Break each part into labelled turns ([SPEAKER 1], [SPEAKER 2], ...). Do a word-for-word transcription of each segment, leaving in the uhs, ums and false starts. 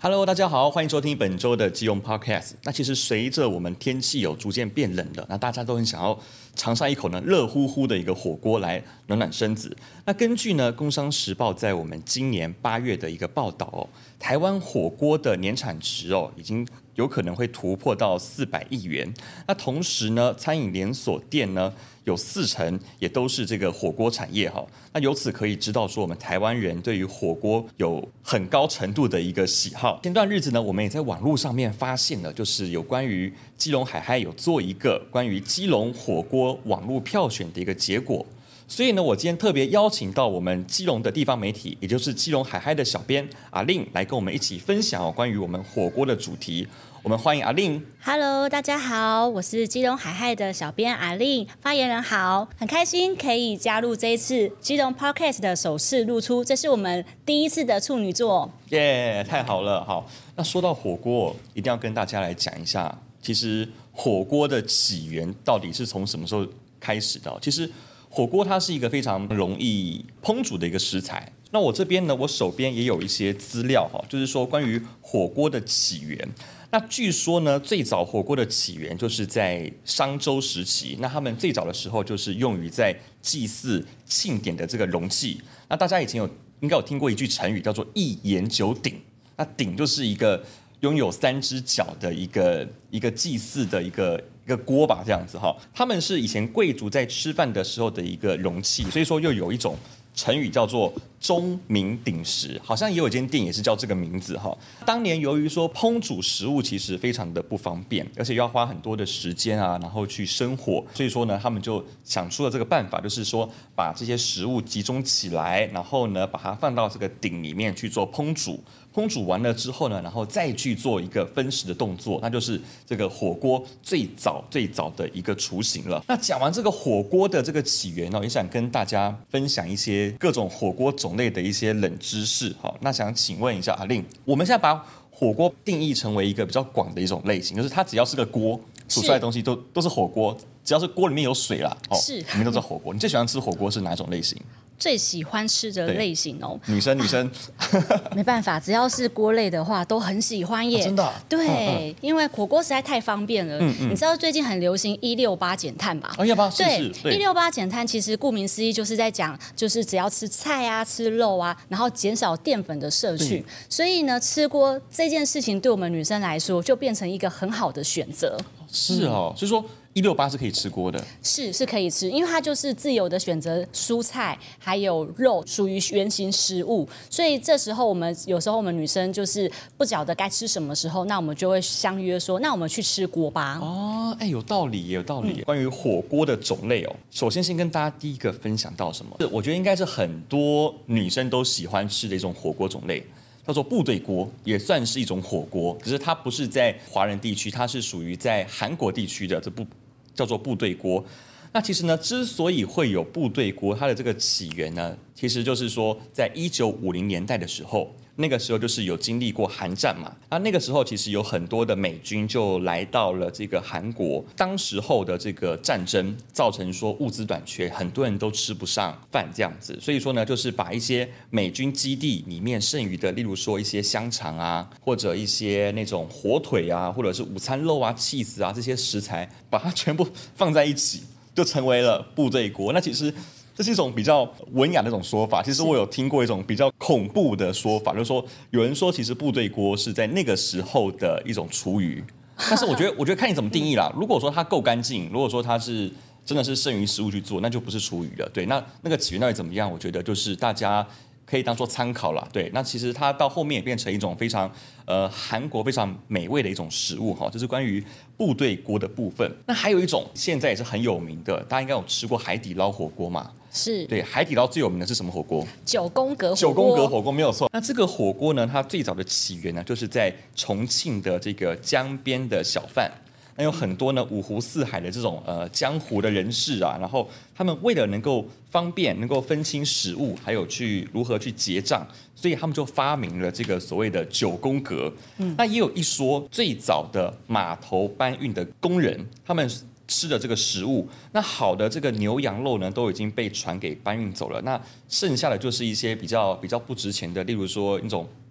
[SPEAKER 1] Hello， 大家好，欢迎收听本周的基隆 Podcast。那其实随着我们天气有逐渐变冷了，那大家都很想要尝上一口呢热乎乎的一个火锅来暖暖身子。那根据呢《工商时报》在我们今年八月的一个报道哦，台湾火锅的年产值哦已经有可能会突破到四百亿元。那同时呢，餐饮连锁店呢有四成也都是这个火锅产业哈。那由此可以知道说，我们台湾人对于火锅有很高程度的一个喜好。前段日子呢，我们也在网络上面发现了，就是有关于基隆海嗨有做一个关于基隆火锅网络票选的一个结果。所以呢，我今天特别邀请到我们基隆的地方媒体，也就是基隆海嗨的小编阿令，来跟我们一起分享哦关于我们火锅的主题。我们欢迎阿令。
[SPEAKER 2] Hello， 大家好，我是基隆海嗨的小编阿令，发言人好，很开心可以加入这一次基隆 Podcast 的首次露出，这是我们第一次的处女作。
[SPEAKER 1] 耶、yeah, 太好了。好，那说到火锅，一定要跟大家来讲一下，其实火锅的起源到底是从什么时候开始的？其实火锅它是一个非常容易烹煮的一个食材。那我这边呢，我手边也有一些资料哈，就是说关于火锅的起源。那据说呢，最早火锅的起源就是在商周时期。那他们最早的时候就是用于在祭祀庆典的这个容器。那大家以前有应该有听过一句成语叫做一言九鼎。那鼎就是一个拥有三只脚的一个一个祭祀的一个一个锅吧，这样子哈。他们是以前贵族在吃饭的时候的一个容器，所以说又有一种成语叫做钟鸣鼎食，好像也有一间店也是叫这个名字哈。当年由于说烹煮食物其实非常的不方便，而且要花很多的时间啊，然后去生火，所以说呢，他们就想出了这个办法，就是说把这些食物集中起来，然后呢把它放到这个鼎里面去做烹煮。烹煮完了之后呢，然后再去做一个分食的动作，那就是这个火锅最早最早的一个雏形了。那讲完这个火锅的这个起源呢，也想跟大家分享一些各种火锅种类的一些冷知识。好，那想请问一下阿令，我们现在把火锅定义成为一个比较广的一种类型，就是它只要是个锅煮出来的东西都都是火锅，只要是锅里面有水啦，哦，
[SPEAKER 2] 是，
[SPEAKER 1] 里面都是火锅。你最喜欢吃火锅是哪种类型？
[SPEAKER 2] 最喜欢吃的类型哦，
[SPEAKER 1] 女生女生
[SPEAKER 2] 没办法，只要是锅类的话都很喜欢耶。
[SPEAKER 1] 哦、真的、啊？
[SPEAKER 2] 对、
[SPEAKER 1] 嗯嗯，
[SPEAKER 2] 因为火锅实在太方便了。嗯嗯，你知道最近很流行一六八减碳吧？
[SPEAKER 1] 一六八是是，
[SPEAKER 2] 对，一六八减碳其实顾名思义就是在讲，就是只要吃菜啊、吃肉啊，然后减少淀粉的摄取。所以呢，吃锅这件事情对我们女生来说就变成一个很好的选择。
[SPEAKER 1] 是哦，所以说一六八是可以吃锅的，
[SPEAKER 2] 是是可以吃，因为它就是自由的选择蔬菜还有肉，属于原型食物，所以这时候我们有时候我们女生就是不晓得该吃什么时候，那我们就会相约说，那我们去吃锅吧。
[SPEAKER 1] 哦，哎，有道理，有道理。嗯、关于火锅的种类哦，首先先跟大家第一个分享到什么？我觉得应该是很多女生都喜欢吃的一种火锅种类。叫做部队锅，也算是一种火锅，只是它不是在华人地区，它是属于在韩国地区的，这部叫做部队锅。那其实呢，之所以会有部队锅，它的这个起源呢，其实就是说，在一九五零年代的时候，那个时候就是有经历过韩战嘛。那那个时候其实有很多的美军就来到了这个韩国，当时候的这个战争造成说物资短缺，很多人都吃不上饭这样子，所以说呢，就是把一些美军基地里面剩余的，例如说一些香肠啊，或者一些那种火腿啊，或者是午餐肉啊、cheese 啊这些食材，把它全部放在一起，就成为了部队锅。那其实这是一种比较文雅的一种说法。其实我有听过一种比较恐怖的说法，就是说有人说其实部队锅是在那个时候的一种厨余。但是我觉得，我觉得看你怎么定义啦。如果说它够干净，如果说它是真的是剩余食物去做，那就不是厨余了。对，那那个起源到底怎么样？我觉得就是大家可以当做参考啦。对，那其实它到后面也变成一种非常呃韩国非常美味的一种食物哈，这是关于部队锅的部分。那还有一种现在也是很有名的，大家应该有吃过海底捞火锅嘛？
[SPEAKER 2] 是，
[SPEAKER 1] 对，海底捞最有名的是什么火锅？
[SPEAKER 2] 九宫格火锅。
[SPEAKER 1] 九宫格火锅没有错。那这个火锅呢，它最早的起源呢，就是在重庆的这个江边的小贩。那有很多呢五湖四海的这种呃江湖的人士啊，然后他们为了能够方便能够分清食物，还有去如何去结账，所以他们就发明了这个所谓的九宫格。嗯，那也有一说，最早的码头搬运的工人，他们吃的这个食物，那好的这个牛羊肉呢，都已经被船给搬运走了，那剩下的就是一些比较比较不值钱的，例如说一种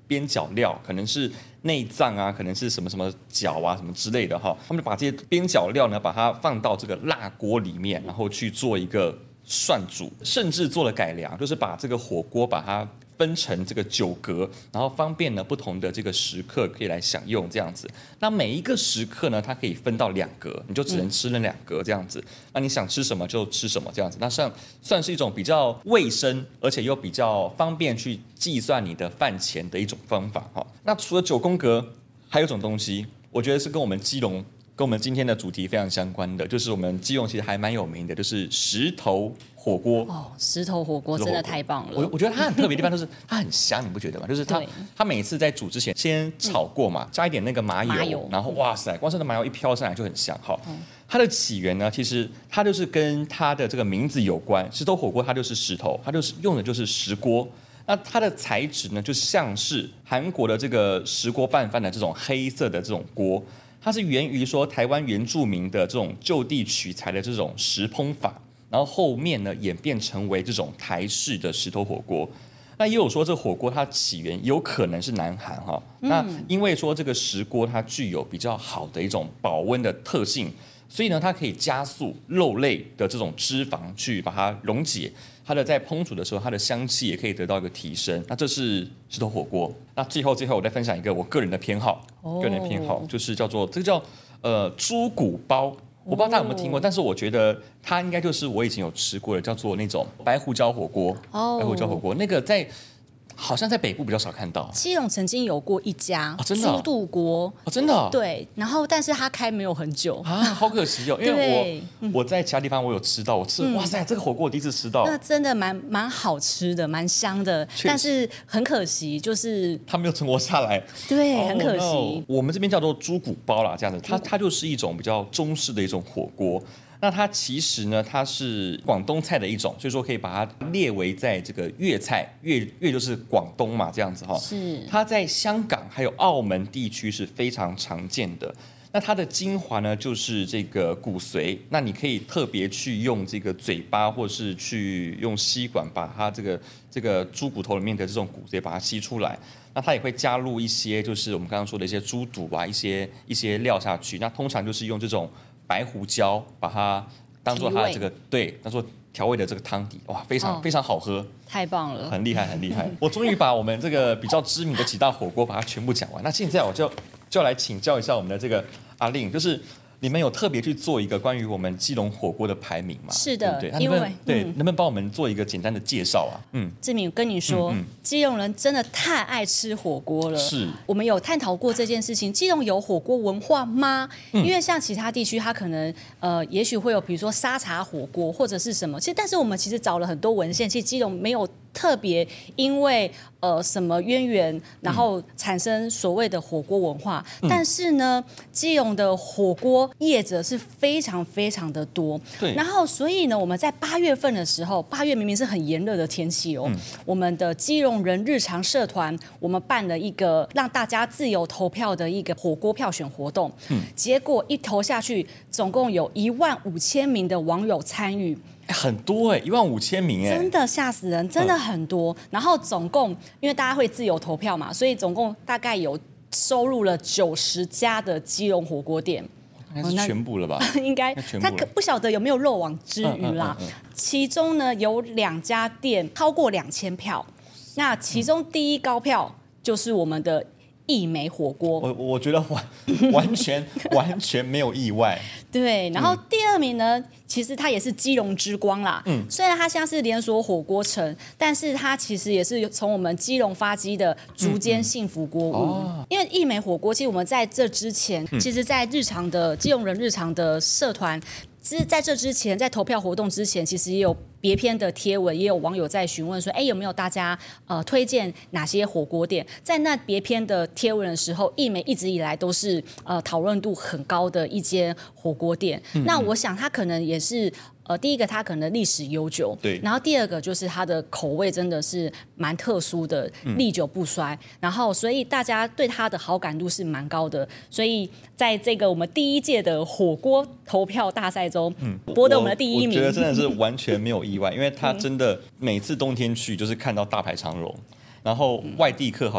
[SPEAKER 1] 边角料，可能是内脏啊，可能是什么什么脚啊，什么之类的哈。他们就把这些边角料呢，把它放到这个辣锅里面，然后去做一个涮煮，甚至做了改良，就是把这个火锅把它分成这个九格，然后方便呢不同的这个食客可以来享用这样子。那每一个食客呢，它可以分到两格，你就只能吃那两格这样子。嗯、那你想吃什么就吃什么这样子。那算算是一种比较卫生，而且又比较方便去计算你的饭钱的一种方法哈。那除了九宫格，还有一种东西，我觉得是跟我们基隆。跟我们今天的主题非常相关的，就是我们基隆其实还蛮有名的，就是石头火锅。
[SPEAKER 2] 哦，石头火锅真的太棒了。
[SPEAKER 1] 我我觉得它很特别的地方就是它很香，你不觉得吗？就是它它每次在煮之前先炒过嘛，嗯、加一点那个麻油，麻油然后哇塞，光是那麻油一飘上来就很香。好，嗯、它的起源呢，其实它就是跟它的这个名字有关。石头火锅它就是石头，它就是用的就是石锅。那它的材质呢，就像是韩国的这个石锅拌饭的这种黑色的这种锅。它是源于说台湾原住民的这种就地取材的这种石烹法，然后后面呢演变成为这种台式的石头火锅。那也有说这火锅它起源有可能是南韩哈，嗯、那因为说这个石锅它具有比较好的一种保温的特性，所以呢它可以加速肉类的这种脂肪去把它溶解。它的在烹煮的时候，它的香气也可以得到一个提升。那这是石头火锅。那最后最后我再分享一个我个人的偏好，哦、个人的偏好就是叫做这个叫呃猪骨包。我不知道大家有没有听过，哦、但是我觉得它应该就是我以前有吃过的，叫做那种白胡椒火锅。哦，白胡椒火锅那个在。好像在北部比较少看到。
[SPEAKER 2] 基隆曾经有过一家猪肚锅，
[SPEAKER 1] 哦，真的、哦，
[SPEAKER 2] 对，然后但是它开没有很久
[SPEAKER 1] 啊，好可惜哦，因为我、嗯、我在其他地方我有吃到，我吃、嗯、哇塞，这个火锅我第一次吃到，
[SPEAKER 2] 那真的蛮蛮好吃的，蛮香的，但是很可惜就是
[SPEAKER 1] 它没有存活下来，
[SPEAKER 2] 对， oh, 很可惜。No.
[SPEAKER 1] 我们这边叫做猪骨包啦，这样子，它它就是一种比较中式的一种火锅。那它其实呢，它是广东菜的一种，所以说可以把它列为在这个粤菜，粤粤就是广东嘛，这样子哈。
[SPEAKER 2] 是。
[SPEAKER 1] 它在香港还有澳门地区是非常常见的。那它的精华呢，就是这个骨髓。那你可以特别去用这个嘴巴，或是去用吸管把它这个这个猪骨头里面的这种骨髓把它吸出来。那它也会加入一些，就是我们刚刚说的一些猪肚啊，一些一些料下去。那通常就是用这种白胡椒把它当做它的这个对，当做调味的这个汤底，哇，非常、哦、非常好喝，
[SPEAKER 2] 太棒了，
[SPEAKER 1] 很厉害很厉害。我终于把我们这个比较知名的几大火锅把它全部讲完。那现在我就就要来请教一下我们的这个阿令，就是你们有特别去做一个关于我们基隆火锅的排名吗？
[SPEAKER 2] 是的，
[SPEAKER 1] 对不对？因为对，能不能帮我们做一个简单的介绍啊？
[SPEAKER 2] 嗯，志明跟你说，嗯嗯、基隆人真的太爱吃火锅了。
[SPEAKER 1] 是，
[SPEAKER 2] 我们有探讨过这件事情。基隆有火锅文化吗？嗯、因为像其他地区，它可能呃，也许会有，比如说沙茶火锅或者是什么。其实，但是我们其实找了很多文献，其实基隆没有特别因为呃什么渊源，然后产生所谓的火锅文化。嗯、但是呢，基隆的火锅业者是非常非常的多。
[SPEAKER 1] 对。
[SPEAKER 2] 然后，所以呢，我们在八月份的时候，八月明明是很炎热的天气哦，嗯、我们的基隆人日常社团，我们办了一个让大家自由投票的一个火锅票选活动。嗯。结果一投下去，总共有一万五千名的网友参与。
[SPEAKER 1] 很多哎、欸，一万五千名哎、欸，
[SPEAKER 2] 真的吓死人，真的很多。嗯、然后总共，因为大家会自由投票嘛，所以总共大概有收入了九十家的基隆火锅店。
[SPEAKER 1] 应该是全部了吧？
[SPEAKER 2] 应该，他可不晓得有没有漏网之鱼啦。嗯嗯嗯嗯、其中呢，有两家店超过两千票，那其中第一高票就是我们的一枚火锅。
[SPEAKER 1] 我我觉得完完全完全没有意外。
[SPEAKER 2] 对，然后第二名呢，其实它也是基隆之光啦。嗯，虽然它像是连锁火锅城，但是它其实也是从我们基隆发迹的竹间幸福锅屋。嗯嗯哦、因为一枚火锅，其实我们在这之前，嗯、其实在日常的基隆人日常的社团。在这之前，在投票活动之前，其实也有别篇的贴文，也有网友在询问说，哎，有没有大家呃推荐哪些火锅店？在那别篇的贴文的时候，一枚一直以来都是呃讨论度很高的一间火锅店。嗯嗯那我想，它可能也是。呃，第一个它可能历史悠久，
[SPEAKER 1] 对，
[SPEAKER 2] 然后第二个就是它的口味真的是蛮特殊的，历久不衰，嗯、然后所以大家对它的好感度是蛮高的，所以在这个我们第一届的火锅投票大赛中，嗯，博得我们的第一名，
[SPEAKER 1] 我觉得真的是完全没有意外，因为它真的每次冬天去就是看到大排长龙，然后外地客好像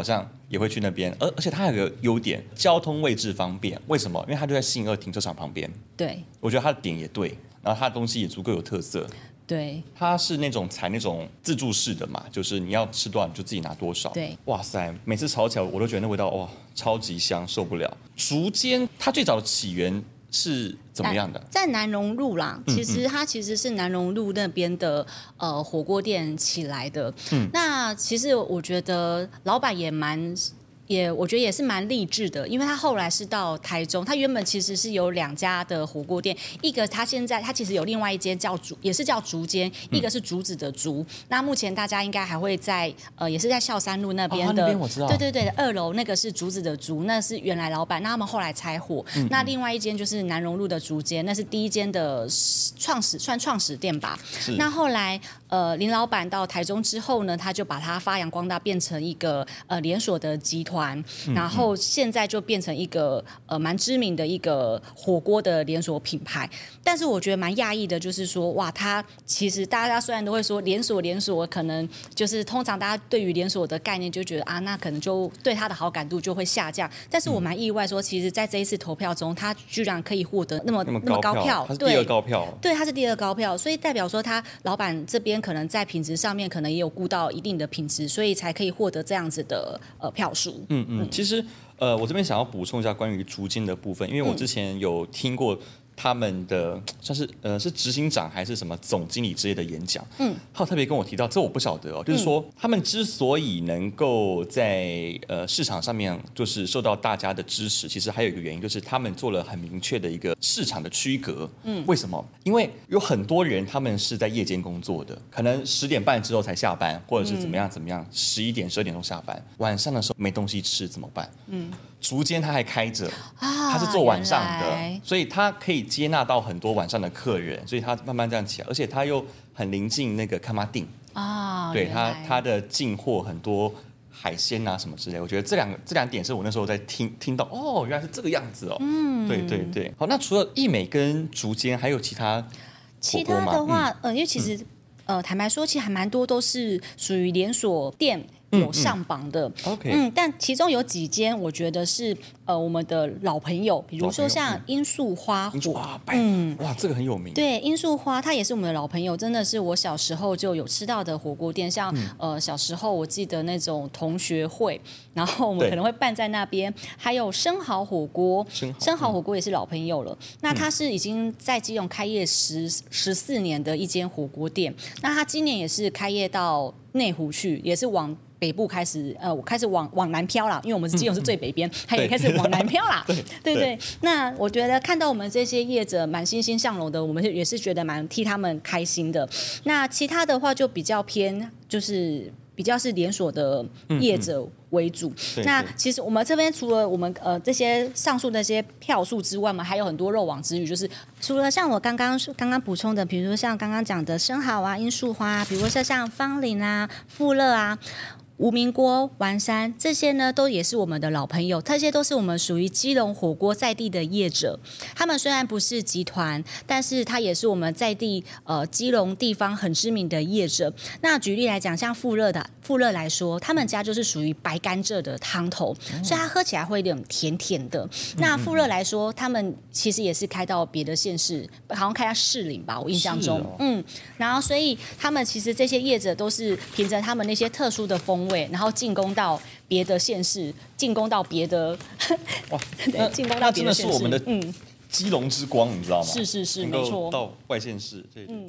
[SPEAKER 1] 也会去那边，而而且它有个优点，交通位置方便。为什么？因为它就在信二停车场旁边。
[SPEAKER 2] 对，
[SPEAKER 1] 我觉得它的点也对，然后它的东西也足够有特色。
[SPEAKER 2] 对，
[SPEAKER 1] 它是那种采那种自助式的嘛，就是你要吃多少你就自己拿多少。
[SPEAKER 2] 对，
[SPEAKER 1] 哇塞，每次炒起来我都觉得那味道哇超级香，受不了。竹间它最早的起源是怎么样的？
[SPEAKER 2] 在南荣路啦，
[SPEAKER 1] 嗯
[SPEAKER 2] 其实它其实是南荣路那边的呃火锅店起来的。嗯，那其实我觉得老板也蛮。也我觉得也是蛮励志的，因为他后来是到台中，他原本其实是有两家的火锅店，一个他现在他其实有另外一间叫竹，也是叫竹间，一个是竹子的竹。那目前大家应该还会在呃，也是在孝山路那边的，
[SPEAKER 1] 哦、那边我知道，
[SPEAKER 2] 对对对，二楼那个是竹子的竹，那是原来老板，那他们后来拆伙。嗯、那另外一间就是南荣路的竹间，那是第一间的创始算创始店吧。那后来呃林老板到台中之后呢，他就把它发扬光大，变成一个呃连锁的集团。然后现在就变成一个呃蛮知名的一个火锅的连锁品牌，但是我觉得蛮讶异的，就是说哇，它其实大家虽然都会说连锁连锁，可能就是通常大家对于连锁的概念就觉得啊，那可能就对它的好感度就会下降。但是我蛮意外说，其实在这一次投票中，它居然可以获得那么
[SPEAKER 1] 那么
[SPEAKER 2] 那么高票，
[SPEAKER 1] 它是第二高票，
[SPEAKER 2] 对，它是第二高票，所以代表说他老板这边可能在品质上面可能也有顾到一定的品质，所以才可以获得这样子的呃票数。
[SPEAKER 1] 嗯嗯，其实呃，我这边想要补充一下关于竹间的部分，因为我之前有听过他们的算是呃是执行长还是什么总经理之类的演讲，嗯，他有特别跟我提到，这我不晓得哦，就是说、嗯、他们之所以能够在呃市场上面就是受到大家的支持，其实还有一个原因，就是他们做了很明确的一个市场的区隔。嗯，为什么？因为有很多人他们是在夜间工作的，可能十点半之后才下班，或者是怎么样怎么样，十一点十二点钟下班，晚上的时候没东西吃怎么办？嗯。竹间它还开着，它是做晚上的，所以它可以接纳到很多晚上的客人，所以它慢慢这样起来，而且它又很临近那个卡马丁啊，对它它的进货很多海鲜啊什么之类，我觉得这两个这两点是我那时候在听听到哦，原来是这个样子哦，嗯，对对对，好，那除了义美跟竹间，还有其他
[SPEAKER 2] 其他的话，嗯、呃，因为其实、嗯、呃，坦白说，其实还蛮多都是属于连锁店。有上榜的，
[SPEAKER 1] 嗯, 嗯,
[SPEAKER 2] 嗯，但其中有几间我觉得是呃我们的老朋友，比如说像罂粟花火，
[SPEAKER 1] 嗯，哇，这个很有名。
[SPEAKER 2] 对，罂粟花它也是我们的老朋友，真的是我小时候就有吃到的火锅店，像、嗯、呃小时候我记得那种同学会，然后我们可能会办在那边，还有生蚝火锅，生蚝火锅也是老朋友了。嗯、那它是已经在基隆开业十十四年的一间火锅店，那它今年也是开业到内湖去，也是往北部开始，呃，我开始往往南飘啦，因为我们基隆是最北边，它、嗯、也开始往南飘啦。对对 对, 对，那我觉得看到我们这些业者蛮欣欣向荣的，我们也是觉得蛮替他们开心的。那其他的话就比较偏，就是比较是连锁的业者为主。嗯嗯、那其实我们这边除了我们呃这些上述的这些票数之外嘛，还有很多漏网之鱼，就是除了像我刚刚刚刚补充的，比如说像刚刚讲的生蚝啊、罂粟花，比如说像芳林啊、富乐啊。无名锅、丸山这些呢，都也是我们的老朋友，这些都是我们属于基隆火锅在地的业者。他们虽然不是集团，但是他也是我们在地呃基隆地方很知名的业者。那举例来讲，像富乐的富乐来说，他们家就是属于白甘蔗的汤头，嗯、所以它喝起来会有点甜甜的。嗯、那富乐来说，他们其实也是开到别的县市，好像开到士林吧，我印象中，哦、嗯，然后所以他们其实这些业者都是凭着他们那些特殊的风味。然后进攻到别的县市，进攻到别的，
[SPEAKER 1] 哇，
[SPEAKER 2] 对，进攻到别的县市，
[SPEAKER 1] 那真的是我们的嗯基隆之光，你知道吗？
[SPEAKER 2] 是是是，没错，
[SPEAKER 1] 到外县市，对，嗯。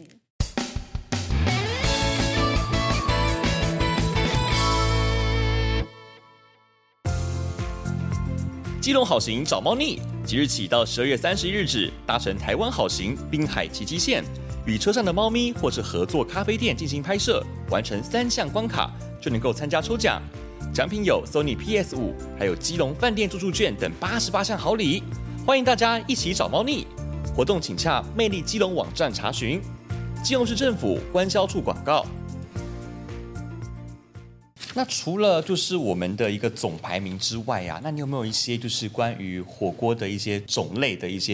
[SPEAKER 1] 基隆好行找猫腻，即日起到十二月三十一日止，搭乘台湾好行滨海奇迹线，与车上的猫咪或是合作咖啡店进行拍摄，完成三项关卡，就能够参加抽奖。奖品有 Sony P S 五，还有基隆饭店住宿券等八十八项好礼。欢迎大家一起找猫腻，活动请洽魅力基隆网站查询。基隆市政府官销处广告。那除了就是我们的一个总排名之外啊，那你有没有一些就是关于火锅的一些种类的一些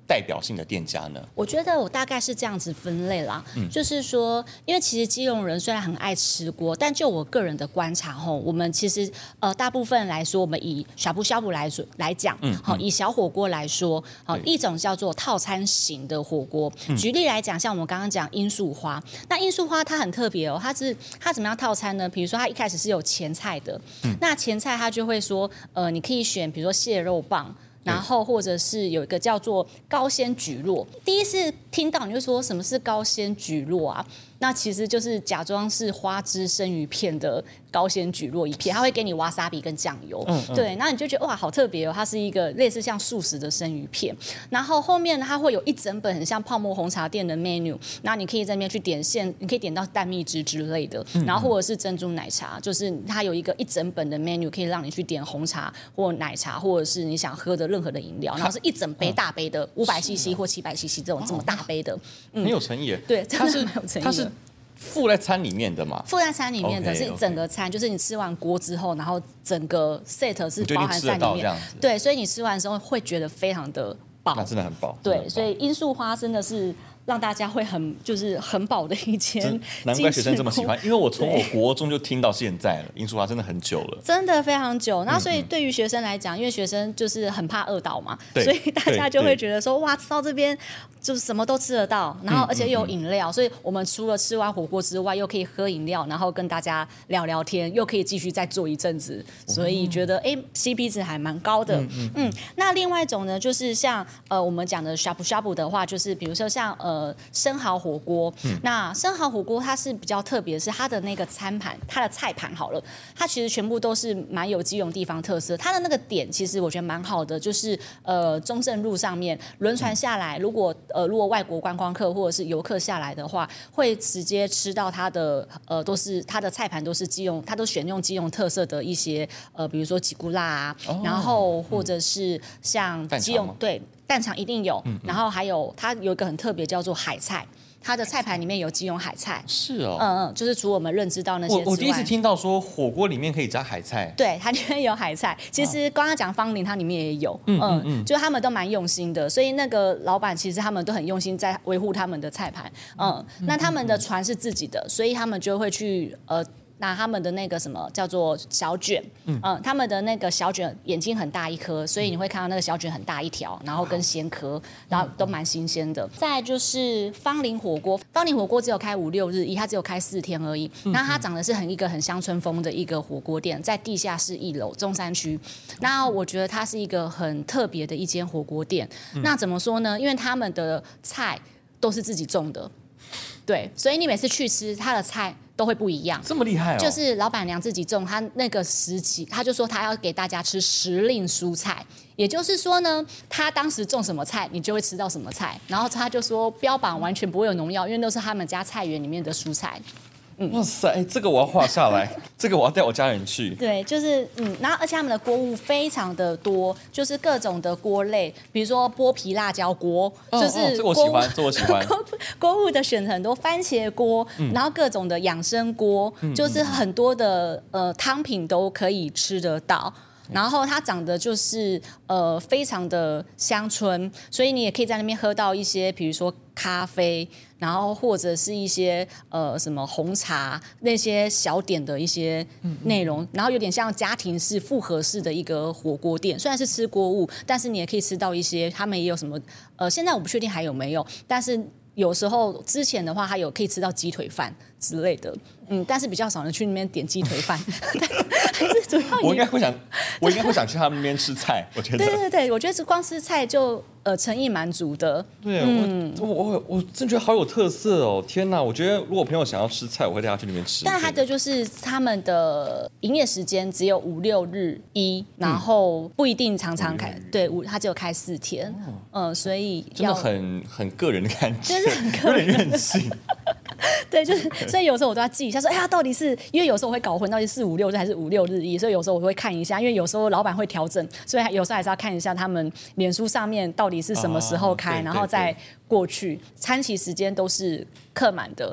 [SPEAKER 1] 代表性的店家呢？
[SPEAKER 2] 我觉得我大概是这样子分类啦，嗯、就是说，因为其实基隆人虽然很爱吃锅，但就我个人的观察吼，我们其实呃大部分来说，我们以呷哺呷哺来说来讲，嗯，好，以小火锅来说，好，一种叫做套餐型的火锅。嗯、举例来讲，像我们刚刚讲罂粟花，那罂粟花它很特别哦，它是它怎么样套餐呢？比如说它一开始是有前菜的，嗯、那前菜它就会说，呃，你可以选比如说蟹肉棒。然后或者是有一个叫做高鲜蒟蒻，第一次听到你就说什么是高鲜蒟蒻啊？那其实就是假装是花枝生鱼片的高鲜蒟蒻一片，它会给你瓦萨比跟酱油，嗯嗯对，然后你就觉得哇好特别哦，它是一个类似像素食的生鱼片。然后后面呢，它会有一整本很像泡沫红茶店的 menu， 然后你可以在那边去点现，你可以点到蛋蜜汁之类的，然后或者是珍珠奶茶，就是它有一个一整本的 menu 可以让你去点红茶或奶茶，或者是你想喝的任何的饮料，然后是一整杯大杯的五百 C C 或七百 C C 这种这么大杯的，
[SPEAKER 1] 嗯、很有诚意。
[SPEAKER 2] 对，真的很有诚意。
[SPEAKER 1] 它是附在餐里面的嘛？
[SPEAKER 2] 附在餐里面的 okay, 是整个餐， okay. 就是你吃完锅之后，然后整个 set 是包含在里面。对，所以你吃完的时候会觉得非常的饱，
[SPEAKER 1] 那真的很饱。
[SPEAKER 2] 对，所以罂粟花真的是让大家会很就是很饱的一间，
[SPEAKER 1] 难怪学生这么喜欢，因为我从我国中就听到现在了，罂粟花真的很久了，
[SPEAKER 2] 真的非常久。那所以对于学生来讲，因为学生就是很怕饿倒嘛，所以大家就会觉得说哇，吃到这边就是什么都吃得到，然后而且又有饮料，所以我们除了吃完火锅之外，又可以喝饮料，然后跟大家聊聊天，又可以继续再做一阵子，所以觉得哎 C P 值还蛮高的。嗯嗯嗯。那另外一种呢，就是像呃我们讲的呷哺呷哺的话，就是比如说像呃。呃，生蚝火锅，嗯、那生蚝火锅它是比较特别，是它的那个餐盘，它的菜盘好了，它其实全部都是蛮有基隆地方特色。它的那个点其实我觉得蛮好的，就是呃中正路上面轮船下来，如果呃如果外国观光客或者是游客下来的话，会直接吃到它的呃都是它的菜盘都是基隆，它都选用基隆特色的一些呃比如说吉古辣啊，哦、然后或者是像基隆对。蛋肠一定有，嗯嗯然后还有它有一个很特别叫做海菜，它的菜盘里面有基隆海菜。
[SPEAKER 1] 是哦，
[SPEAKER 2] 嗯嗯，就是除我们认知到那些之外，
[SPEAKER 1] 我我第一次听到说火锅里面可以加海菜。
[SPEAKER 2] 对，它里面有海菜。其实刚刚讲芳林，它里面也有，嗯嗯嗯，就他们都蛮用心的，所以那个老板其实他们都很用心在维护他们的菜盘。嗯，那他们的船是自己的，所以他们就会去呃。拿他们的那个什么叫做小卷，嗯、呃，他们的那个小卷眼睛很大一颗，所以你会看到那个小卷很大一条，然后跟鲜壳，然后都蛮新鲜的。再来就是芳林火锅，芳林火锅只有开五六日一，它只有开四天而已。那它长得是很一个很乡村风的一个火锅店，在地下室一楼中山区。那我觉得它是一个很特别的一间火锅店。嗯、那怎么说呢？因为他们的菜都是自己种的，对，所以你每次去吃它的菜。都会不一样，
[SPEAKER 1] 这么厉害哦！
[SPEAKER 2] 就是老板娘自己种，她那个时期，她就说她要给大家吃时令蔬菜，也就是说呢，她当时种什么菜，你就会吃到什么菜。然后她就说标榜完全不会有农药，因为都是他们家菜园里面的蔬菜。
[SPEAKER 1] 嗯、哇塞，这个我要画下来，这个我要带我家人去。
[SPEAKER 2] 对，就是嗯，然后而且他们的锅物非常的多，就是各种的锅类，比如说剥皮辣椒锅，
[SPEAKER 1] 哦、
[SPEAKER 2] 就是、
[SPEAKER 1] 哦、这个我喜欢，这我喜欢。
[SPEAKER 2] 锅锅物的选择很多，番茄锅，嗯、然后各种的养生锅，嗯、就是很多的呃汤品都可以吃得到。然后它长得就是呃非常的乡村，所以你也可以在那边喝到一些，比如说咖啡，然后或者是一些呃什么红茶那些小点的一些内容，然后有点像家庭式复合式的一个火锅店。虽然是吃锅物，但是你也可以吃到一些，他们也有什么呃现在我不确定还有没有，但是有时候之前的话，还有可以吃到鸡腿饭之类的，嗯，但是比较少人去那边点鸡腿饭。还是主要
[SPEAKER 1] 我应该会想，我应该会想去他们那边吃菜。我觉得，
[SPEAKER 2] 对对对，我觉得光吃菜就呃诚意蛮足的。
[SPEAKER 1] 对，嗯、我我我我真觉得好有特色哦！天哪，我觉得如果朋友想要吃菜，我会带他去那边吃。
[SPEAKER 2] 但他的就是他们的营业时间只有五六日一，然后不一定常常开，嗯、对，五他只有开四天，嗯、哦呃，所以
[SPEAKER 1] 真的很很个人的感觉，
[SPEAKER 2] 就是很个人
[SPEAKER 1] 有点任性。
[SPEAKER 2] 对，就是所以有时候我都要记一下说，哎呀，到底是因为有时候我会搞混，到底是五六日还是五六日一，所以有时候我会看一下，因为有时候老板会调整，所以有时候还是要看一下他们脸书上面到底是什么时候开，啊、然后再过去。餐期时间都是客满的，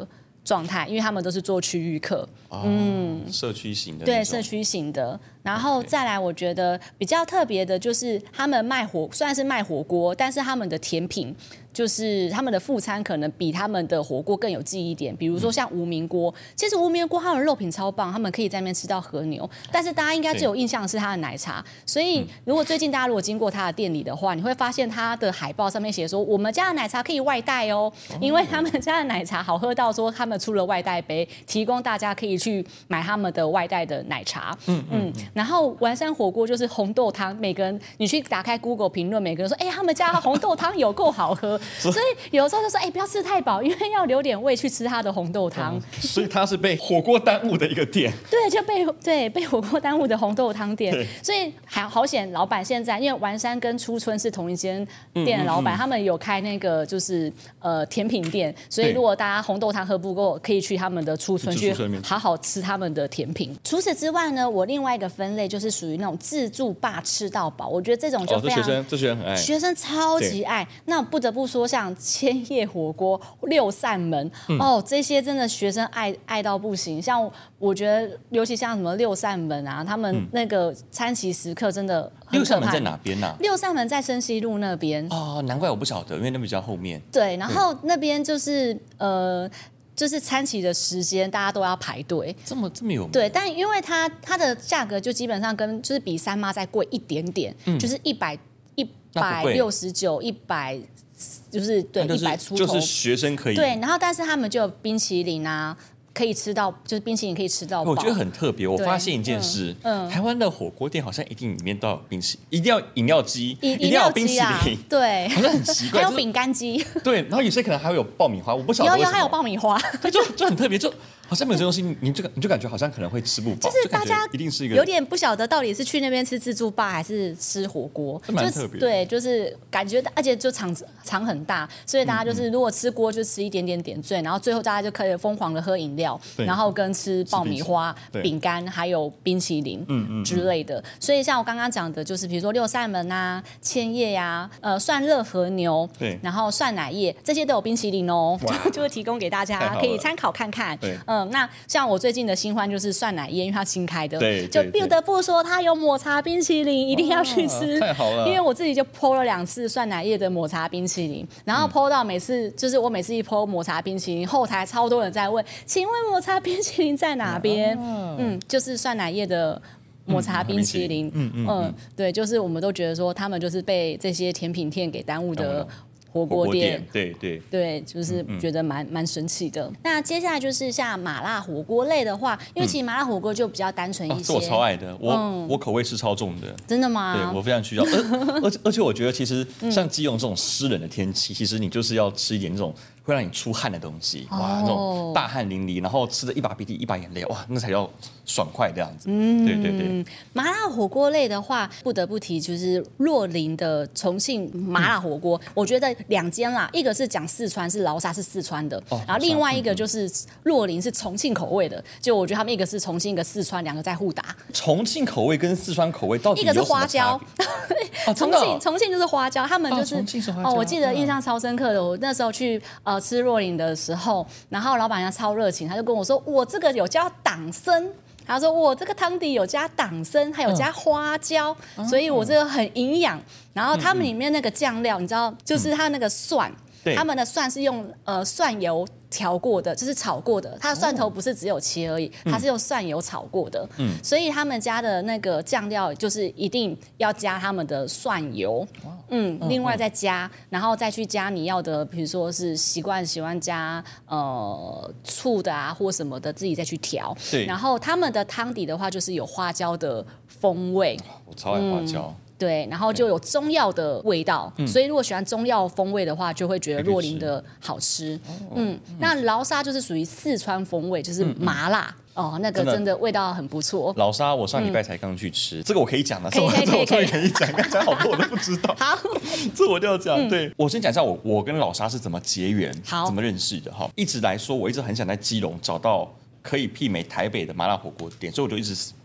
[SPEAKER 2] 状态，因为他们都是做区域课，
[SPEAKER 1] 哦、嗯，社区型的，
[SPEAKER 2] 对，社区型的。然后再来，我觉得比较特别的就是他们卖火，虽然是卖火锅，但是他们的甜品就是他们的副餐可能比他们的火锅更有记忆点。比如说像无名锅，其实无名锅他们肉品超棒，他们可以在那边吃到和牛，但是大家应该最有印象的是它的奶茶。所以如果最近大家如果经过他的店里的话，你会发现他的海报上面写说我们家的奶茶可以外带哦，因为他们家的奶茶好喝到说他们出了外带杯，提供大家可以去买他们的外带的奶茶。嗯嗯。然后完山火锅就是红豆汤，每个人你去打开 Google 评论，每个人说，哎、欸，他们家红豆汤有够好喝，所以有时候就说，哎、欸，不要吃太饱，因为要留点胃去吃它的红豆汤、嗯。
[SPEAKER 1] 所以它是被火锅耽误的一个店，
[SPEAKER 2] 对，就被对被火锅耽误的红豆汤店。所以还好险，老板现在因为完山跟初春是同一间店的老板、嗯嗯嗯，他们有开那个就是呃甜品店，所以如果大家红豆汤喝不够，可以去他们的初春去好好吃他们的甜品。除此之外呢，我另外一个分类就是属于那种自助霸吃到饱，我觉得这种就非常、哦、
[SPEAKER 1] 这学生这学生很爱，
[SPEAKER 2] 学生超级爱。那不得不说，像千叶火锅、六扇门、嗯、哦，这些真的学生爱爱到不行。像我觉得，尤其像什么六扇门啊，他们那个餐期时刻真的很可怕。
[SPEAKER 1] 六扇门在哪边呢、啊？
[SPEAKER 2] 六扇门在深西路那边。
[SPEAKER 1] 哦，难怪我不晓得，因为那比较后面。
[SPEAKER 2] 对，然后那边就是呃。就是餐期的时间，大家都要排队，
[SPEAKER 1] 这么这么有名？
[SPEAKER 2] 对，但因为它它的价格就基本上跟就是比三妈再贵一点点，嗯、就是一百一百六十九一百，就是对一百出头，
[SPEAKER 1] 就是学生可以
[SPEAKER 2] 对，然后但是他们就有冰淇淋啊。可以吃到，就是冰淇淋可以吃到饱。
[SPEAKER 1] 我觉得很特别。我发现一件事，嗯嗯、台湾的火锅店好像一定里面都要冰淇淋，一定要饮料机，一定要冰淇淋，啊、
[SPEAKER 2] 对，
[SPEAKER 1] 好像很奇怪。
[SPEAKER 2] 还有饼干机，
[SPEAKER 1] 对，然后有些可能还会有爆米花，我不晓得为什么。
[SPEAKER 2] 有有还有爆米花，
[SPEAKER 1] 对，就就很特别，就好像没有这东西，你就你就感觉好像可能会吃不饱，
[SPEAKER 2] 就是大家
[SPEAKER 1] 一定是一个
[SPEAKER 2] 有点不晓得到底是去那边吃自助吧，还是吃火锅，
[SPEAKER 1] 蛮特别。
[SPEAKER 2] 对，就是感觉，而且就场场很大，所以大家就是如果吃锅就吃一点点点缀，然后最后大家就可以疯狂的喝饮料，然后跟。跟吃爆米花、饼干还有冰淇淋之类的，嗯嗯嗯、所以像我刚刚讲的，就是比如说六扇门啊、千叶呀、啊、呃涮热和牛，对，然后涮奶叶这些都有冰淇淋哦，就就会提供给大家，可以参考看看。嗯，那像我最近的新欢就是涮奶叶，因为它新开的，对，就不得不说它有抹茶冰淇淋，一定要去吃，
[SPEAKER 1] 太好了。
[SPEAKER 2] 因为我自己就 po 了两次涮奶叶的抹茶冰淇淋，然后 po 到每次、嗯、就是我每次一 po 抹茶冰淇淋，后台超多人在问，请问抹茶冰淇淋在哪边？啊、嗯，就是涮奶叶的抹茶冰淇淋。嗯嗯, 嗯, 嗯，对，就是我们都觉得说他们就是被这些甜品店给耽误的火锅店。
[SPEAKER 1] 对对
[SPEAKER 2] 对，就是觉得蛮蛮神奇的。那接下来就是像麻辣火锅类的话，因为其实麻辣火锅就比较单纯一些。
[SPEAKER 1] 哦、是我超爱的，我、嗯、我口味是超重的。
[SPEAKER 2] 真的吗？
[SPEAKER 1] 对，我非常需要。而而且而且我觉得其实像基隆这种湿冷的天气，其实你就是要吃一点这种。会让你出汗的东西，哇，那种大汗淋漓，然后吃的一把鼻涕一把眼泪，哇，那才叫爽快这样子。嗯，对对对。
[SPEAKER 2] 麻辣火锅类的话，不得不提就是若林的重庆麻辣火锅，嗯、我觉得两间啦，一个是讲四川，是劳沙是四川的，哦、然后另外一个就是若林是重庆口味的。就我觉得他们一个是重庆，一个四川，两个在互打。
[SPEAKER 1] 重庆口味跟四川口味到底
[SPEAKER 2] 一个是花椒，
[SPEAKER 1] 哦、
[SPEAKER 2] 重庆重庆就是花椒，他们就是、
[SPEAKER 1] 哦、重庆是花椒。
[SPEAKER 2] 哦，我记得印象超深刻的，我那时候去呃。吃若林的时候，然后老板娘超热情，他就跟我说：“我这个有加党参。”他说：“我这个汤底有加党参，还有加花椒，嗯、所以我这个很营养。”然后他们里面那个酱料，你知道，就是他那个蒜，嗯、他们的蒜是用呃蒜油调过的，就是炒过的。它的蒜头不是只有切而已，哦、它是用蒜油炒过的。嗯，所以他们家的那个酱料就是一定要加他们的蒜油。嗯，另外再加，然后再去加你要的，比如说是习惯喜欢加呃醋的啊或什么的，自己再去调。对。然后他们的汤底的话，就是有花椒的风味。
[SPEAKER 1] 我超爱花椒。嗯
[SPEAKER 2] 对，然后就有中药的味道，嗯、所以如果喜欢中药风味的话，就会觉得若林的好吃。嗯，嗯那劳沙就是属于四川风味，就是麻辣。嗯、哦，那个真的味道很不错。
[SPEAKER 1] 劳沙我上礼拜才刚去吃，嗯、这个我可以讲的，
[SPEAKER 2] 可以可以可以
[SPEAKER 1] 可以可以讲，刚才好多我都不知道。
[SPEAKER 2] 好，
[SPEAKER 1] 这我就要讲。嗯、对，我先讲一下我我跟劳沙是怎么结缘，
[SPEAKER 2] 好，
[SPEAKER 1] 怎么认识的哈。一直来说，我一直很想在基隆找到可以媲美台北的麻辣火锅店，所以我就一直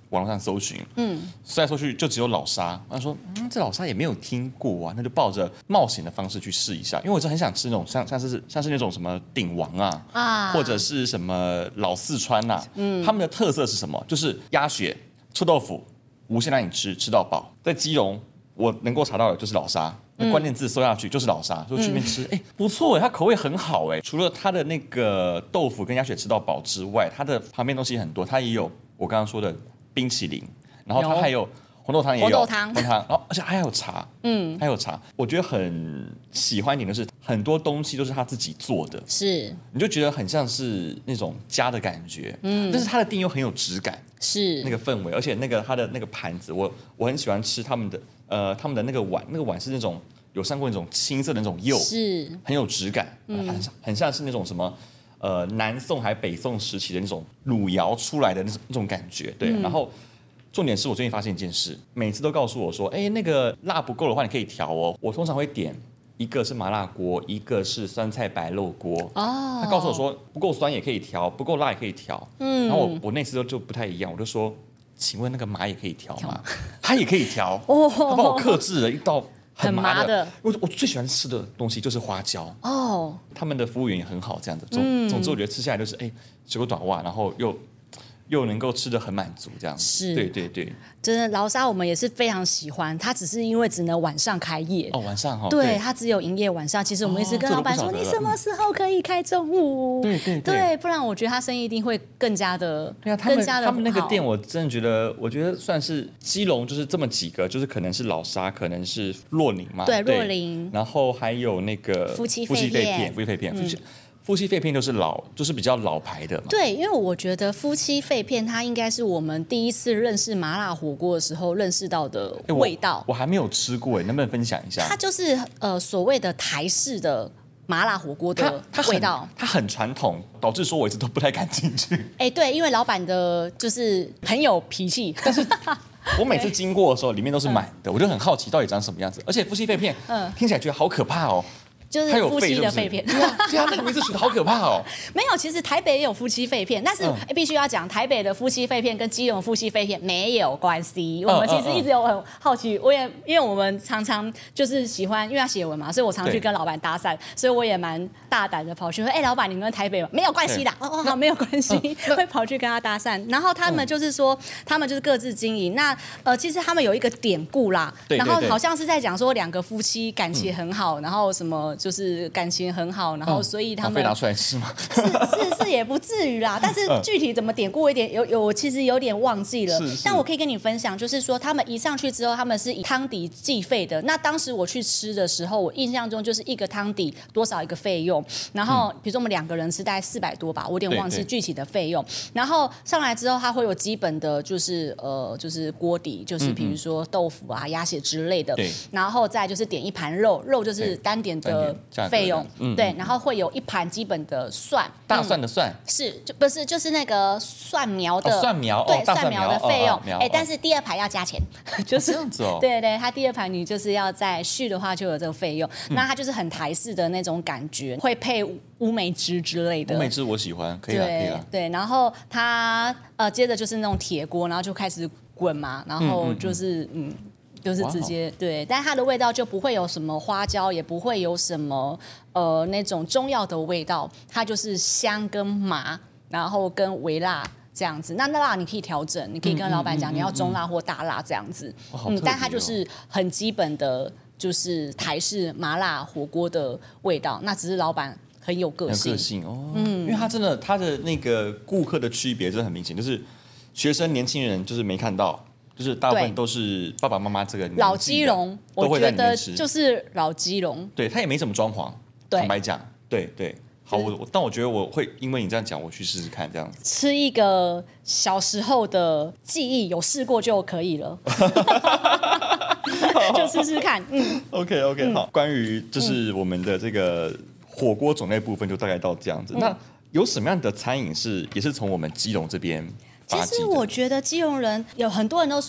[SPEAKER 1] 网络上搜寻，嗯，搜来搜去就只有老沙。他说，嗯，这老沙也没有听过啊，那就抱着冒险的方式去试一下，因为我真的很想吃那种像像是像是那种什么鼎王啊，啊，或者是什么老四川呐、啊，嗯，他们的特色是什么？就是鸭血、臭豆腐，无限让你吃，吃到饱。在基隆，我能够查到的就是老沙。那关键字搜下去就是老沙，就去那边吃，哎、嗯，不错哎，它口味很好哎。除了它的那个豆腐跟鸭血吃到饱之外，它的旁边东西很多，它也有我刚刚说的冰淇淋，然后它还有红豆汤也有，红
[SPEAKER 2] 豆汤，
[SPEAKER 1] 红汤，然后而且还有茶，嗯，还有茶。我觉得很喜欢一点的是，很多东西都是他自己做的，
[SPEAKER 2] 是，
[SPEAKER 1] 你就觉得很像是那种家的感觉，嗯，但是它的店又很有质感，
[SPEAKER 2] 是那
[SPEAKER 1] 个氛围，而且那个它的那个盘子，我我很喜欢吃他们的。呃，他们的那个碗，那个碗是那种有上过那种青色的那种釉，
[SPEAKER 2] 是
[SPEAKER 1] 很有质感，嗯、很很像是那种什么呃南宋还北宋时期的那种汝窑出来的那种那种感觉，对。嗯、然后重点是我最近发现一件事，每次都告诉我说，哎，那个辣不够的话，你可以调哦。我通常会点一个是麻辣锅，一个是酸菜白肉锅。哦，他告诉我说不够酸也可以调，不够辣也可以调。嗯，然后我我那次就就不太一样，我就说。请问那个麻也可以调吗？它也可以调，哦、他帮我克制了一道很麻的。麻的我我最喜欢吃的东西就是花椒哦，他们的服务员也很好，这样子。总、嗯、总之我觉得吃下来就是哎，水果短袜，然后又又能够吃得很满足，这样子。
[SPEAKER 2] 是，
[SPEAKER 1] 对对对。
[SPEAKER 2] 真的劳沙我们也是非常喜欢，它只是因为只能晚上开业
[SPEAKER 1] 哦，晚上哈、哦，
[SPEAKER 2] 对，它只有营业晚上。其实我们一直跟老板说，哦、你什么时候可以开中午？
[SPEAKER 1] 对对
[SPEAKER 2] 对, 对，不然我觉得他生意一定会更加的，
[SPEAKER 1] 对啊，他们
[SPEAKER 2] 更加的
[SPEAKER 1] 他们那个店，我真的觉得，我觉得算是基隆就是这么几个，就是可能是老沙，可能是洛宁嘛，
[SPEAKER 2] 对，洛宁，
[SPEAKER 1] 然后还有那个
[SPEAKER 2] 夫妻肺片，
[SPEAKER 1] 夫妻肺片，夫妻。嗯夫妻肺片都是老，就是比较老牌的嘛。
[SPEAKER 2] 对，因为我觉得夫妻肺片它应该是我们第一次认识麻辣火锅的时候认识到的味道。
[SPEAKER 1] 我, 我还没有吃过哎，能不能分享一下？
[SPEAKER 2] 它就是呃所谓的台式的麻辣火锅的味道，
[SPEAKER 1] 它 很, 它很传统，导致说我一直都不太敢进去。
[SPEAKER 2] 哎，对，因为老板的就是很有脾气，
[SPEAKER 1] 但是。我每次经过的时候，里面都是满的，嗯、我就很好奇到底长什么样子。而且夫妻肺片，嗯，听起来觉得好可怕哦。
[SPEAKER 2] 就是夫妻的肺片，
[SPEAKER 1] 对啊，对啊，那个名字取得好可怕哦。
[SPEAKER 2] 没有，其实台北也有夫妻肺片，但是、嗯、必须要讲，台北的夫妻肺片跟基隆夫妻肺片没有关系。我们其实一直有很好奇，我也因为我们常常就是喜欢，因为要写文嘛，所以我常去跟老板搭讪，所以我也蛮大胆的跑去说，哎、欸，老板，你们台北没有关系的，哦哦好，没有关系，嗯、会跑去跟他搭讪。然后他们就是说，嗯、他们就是各自经营。那呃，其实他们有一个典故啦，
[SPEAKER 1] 对对对，
[SPEAKER 2] 然后好像是在讲说两个夫妻感情很好，嗯、然后什么。就是感情很好，然后所以他们
[SPEAKER 1] 非拿出来吃吗？
[SPEAKER 2] 是是是也不至于啦，但是具体怎么典故有点有有，我其实有点忘记了。但我可以跟你分享，就是说他们一上去之后，他们是以汤底计费的。那当时我去吃的时候，我印象中就是一个汤底多少一个费用，然后比如说我们两个人吃大概四百多吧，我有点忘记具体的费用。然后上来之后，它会有基本的就是呃就是锅底，就是比如说豆腐啊、鸭血之类的，然后再就是点一盘肉，肉就是单点的。费用、嗯、对，然后会有一盘基本的蒜，
[SPEAKER 1] 大蒜的蒜、
[SPEAKER 2] 嗯、是就不是就是那个蒜苗的、
[SPEAKER 1] 哦、蒜苗
[SPEAKER 2] 对、
[SPEAKER 1] 哦、
[SPEAKER 2] 蒜苗的费用，哎、
[SPEAKER 1] 哦哦，
[SPEAKER 2] 但是第二盘要加钱，就是、
[SPEAKER 1] 哦、这样子哦，
[SPEAKER 2] 对对，它第二盘你就是要再续的话就有这个费用，嗯、那它就是很台式的那种感觉，会配乌梅汁之类的，
[SPEAKER 1] 乌梅汁我喜欢，可以了可以了，
[SPEAKER 2] 对，然后它呃接着就是那种铁锅，然后就开始滚嘛，然后就是嗯。嗯就是直接对，但它的味道就不会有什么花椒，也不会有什么呃那种中药的味道，它就是香跟麻，然后跟微辣这样子。那那辣你可以调整，你可以跟老板讲、嗯嗯嗯、你要中辣或大辣这样子。
[SPEAKER 1] 哦、
[SPEAKER 2] 嗯，但它就是很基本的，就是台式麻辣火锅的味道。那只是老板很有个性，
[SPEAKER 1] 有个性哦，嗯，因为他真的他的那个顾客的区别真的很明显，就是学生年轻人就是没看到。就是大部分都是爸爸妈妈这个
[SPEAKER 2] 老基隆，我觉得就是老基隆，
[SPEAKER 1] 对他也没什么装潢，坦白讲，对对。好，我但我觉得我会因为你这样讲，我去试试看这样子，
[SPEAKER 2] 吃一个小时候的记忆，有试过就可以了，就试试看。嗯
[SPEAKER 1] ，OK OK，、嗯、好。关于就是我们的这个火锅种类部分，就大概到这样子。嗯、那有什么样的餐饮是也是从我们基隆这边？
[SPEAKER 2] 其实我觉得基隆人有很多人都说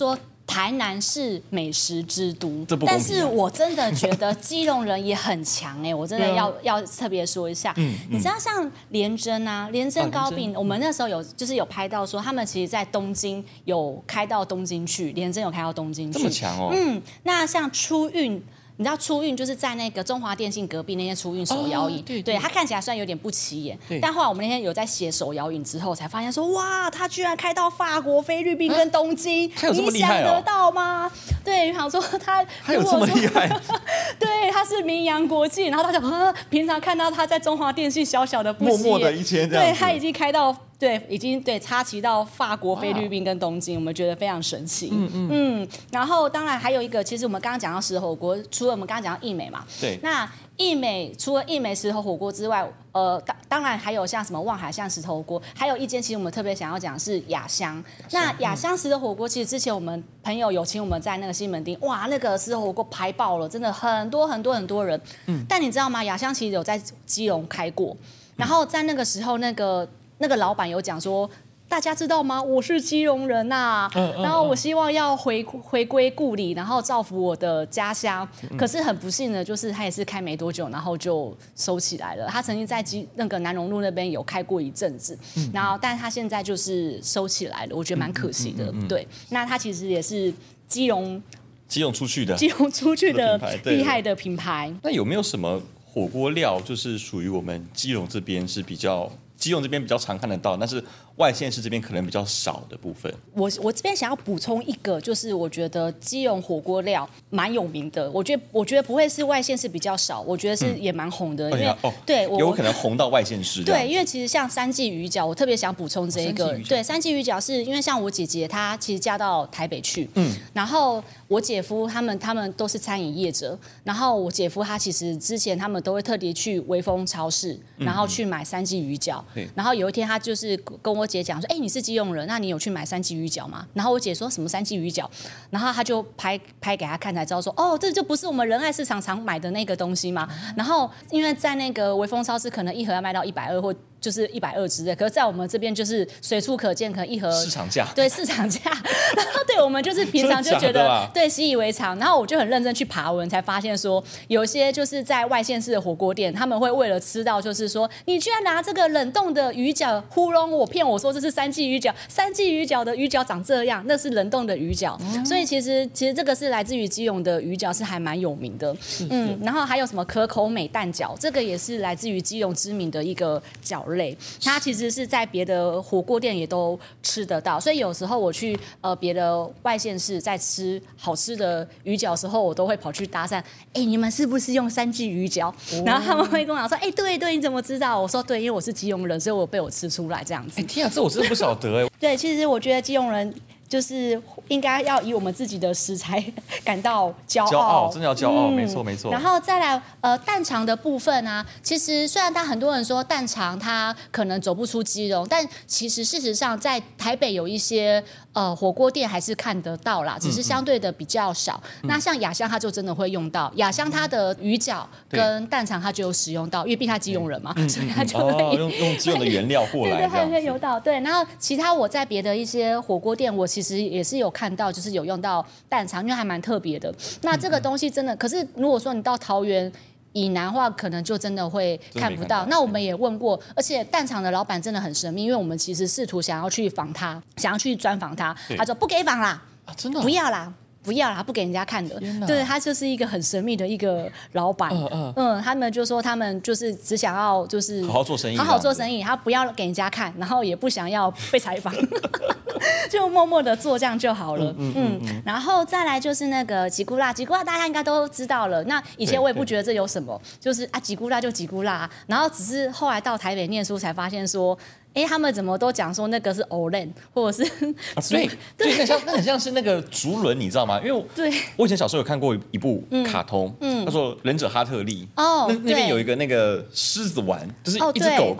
[SPEAKER 2] 台南是美食之都，
[SPEAKER 1] 这不公平啊、
[SPEAKER 2] 但是我真的觉得基隆人也很强哎、欸，我真的要、啊、要特别说一下。嗯嗯、你知道像连珍啊，连珍糕饼、啊，我们那时候有就是有拍到说，他们其实在东京有开到东京去，连珍有开到东京去，
[SPEAKER 1] 这么强哦。
[SPEAKER 2] 嗯，那像初运。你知道初运就是在那个中华电信隔壁那些初运手摇饮，哦、对, 对, 对，它看起来虽然有点不起眼，但后来我们那天有在写手摇饮之后，才发现说，哇，它居然开到法国、菲律宾跟东京，
[SPEAKER 1] 啊、你
[SPEAKER 2] 想得到吗？对，想说它
[SPEAKER 1] 还有这么厉害，
[SPEAKER 2] 对，它是名扬国际，然后大家啊，平常看到它在中华电信小小的不起眼，
[SPEAKER 1] 默默的一千这样子，
[SPEAKER 2] 对，它已经开到。对，已经对插旗到法国、菲律宾跟东京，我们觉得非常神奇。嗯嗯嗯。然后当然还有一个，其实我们刚刚讲到石头火锅，除了我们刚刚讲到义美嘛，
[SPEAKER 1] 对。
[SPEAKER 2] 那义美除了义美石头火锅之外，呃，当当然还有像什么望海巷石头火锅，还有一间其实我们特别想要讲是雅香。那雅香石头火锅，其实之前我们朋友有请我们在那个西门町，哇，那个石头火锅排爆了，真的很多很多很多人。嗯。但你知道吗？雅香其实有在基隆开过，然后在那个时候那个。那个老板有讲说，大家知道吗？我是基隆人呐、啊嗯嗯，然后我希望要回回归故里，然后造福我的家乡。嗯、可是很不幸的，就是他也是开没多久，然后就收起来了。他曾经在基那个南荣路那边有开过一阵子，嗯、然后但他现在就是收起来了，我觉得蛮可惜的。嗯嗯嗯嗯、对，那他其实也是基隆
[SPEAKER 1] 基隆出去的，
[SPEAKER 2] 基隆出去的厉害的品牌。
[SPEAKER 1] 那有没有什么火锅料，就是属于我们基隆这边是比较？基隆这边比较常看得到，但是外县市这边可能比较少的部分。
[SPEAKER 2] 我我这边想要补充一个，就是我觉得基隆火锅料蛮有名的。我觉得我觉得不会是外县市比较少，我觉得是也蛮红的，嗯、因为、
[SPEAKER 1] 哦、
[SPEAKER 2] 对我
[SPEAKER 1] 有可能红到外县市。
[SPEAKER 2] 对，因为其实像三季鱼饺，我特别想补充这一个。哦、对，三季鱼饺是因为像我姐姐她其实嫁到台北去，嗯，然后我姐夫他们他们都是餐饮业者，然后我姐夫他其实之前他们都会特地去微风超市，然后去买三季鱼饺。嗯然后有一天，他就是跟我姐讲说：“哎、欸，你是基隆人，那你有去买三季鱼饺吗？”然后我姐说什么三季鱼饺，然后他就拍拍给他看，才知道说：“哦，这就不是我们仁爱市场常买的那个东西嘛。嗯”然后因为在那个微风超市，可能一盒要卖到一百二或。就是一百二之类，可是在我们这边就是随处可见，可能一盒
[SPEAKER 1] 市场价，
[SPEAKER 2] 对市场价。然后对我们就是平常就觉得对习以为常，然后我就很认真去爬文，才发现说有些就是在外县市的火锅店，他们会为了吃到，就是说你居然拿这个冷冻的鱼饺糊弄我，骗我说这是三季鱼饺，三季鱼饺的鱼饺长这样，那是冷冻的鱼饺。嗯、所以其实其实这个是来自于基隆的鱼饺，是还蛮有名的。嗯，然后还有什么可口美蛋饺，这个也是来自于基隆知名的一个饺。类，它其实是在别的火锅店也都吃得到，所以有时候我去呃别的外县市在吃好吃的鱼饺的时候，我都会跑去搭讪，哎、欸，你们是不是用三季鱼饺？哦、然后他们会跟我讲说，哎、欸，对对，你怎么知道？我说对，因为我是基隆人，所以我被我吃出来这样子。
[SPEAKER 1] 哎、欸，天啊，这我真的不晓得哎。
[SPEAKER 2] 对，其实我觉得基隆人。就是应该要以我们自己的食材感到骄傲，
[SPEAKER 1] 骄傲，真的要骄傲，嗯、没错没错。
[SPEAKER 2] 然后再来，呃，蛋肠的部分啊，其实虽然他很多人说蛋肠它可能走不出基隆，但其实事实上在台北有一些呃火锅店还是看得到啦，只是相对的比较少。嗯、那像雅香它就真的会用到，雅香它的鱼饺跟蛋肠它就有使用到，因为毕竟它基隆人嘛，所以它就会、
[SPEAKER 1] 哦、用用基隆的原料过来，
[SPEAKER 2] 对对，它会用到。对，然后其他我在别的一些火锅店，我其实也是有看到，就是有用到蛋肠，因为还蛮特别的。那这个东西真的，可是如果说你到桃园以南的话，可能就真的会看不到。那我们也问过，而且蛋厂的老板真的很神秘，因为我们其实试图想要去访他，想要去专访他，他说不给访啦，
[SPEAKER 1] 啊、真的、啊、
[SPEAKER 2] 不要啦。不要啦，不给人家看的。对，他就是一个很神秘的一个老板。嗯嗯嗯，他们就说他们就是只想要就是
[SPEAKER 1] 好好做生意，
[SPEAKER 2] 好好做生意，他不要给人家看，然后也不想要被采访，就默默的做这样就好了。嗯嗯嗯嗯。然后再来就是那个吉古拉，吉古拉大家应该都知道了。那以前我也不觉得这有什么，就是啊吉古拉就吉古拉，然后只是后来到台北念书才发现说。哎，他们怎么都讲说那个是 Olen， 或者是
[SPEAKER 1] 啊，对对，那像那很像是那个竹轮，你知道吗？因为我
[SPEAKER 2] 对
[SPEAKER 1] 我以前小时候有看过一部卡通，嗯，叫做《忍者哈特利》。哦，那那边有一个那个狮子丸，就是一只狗狗，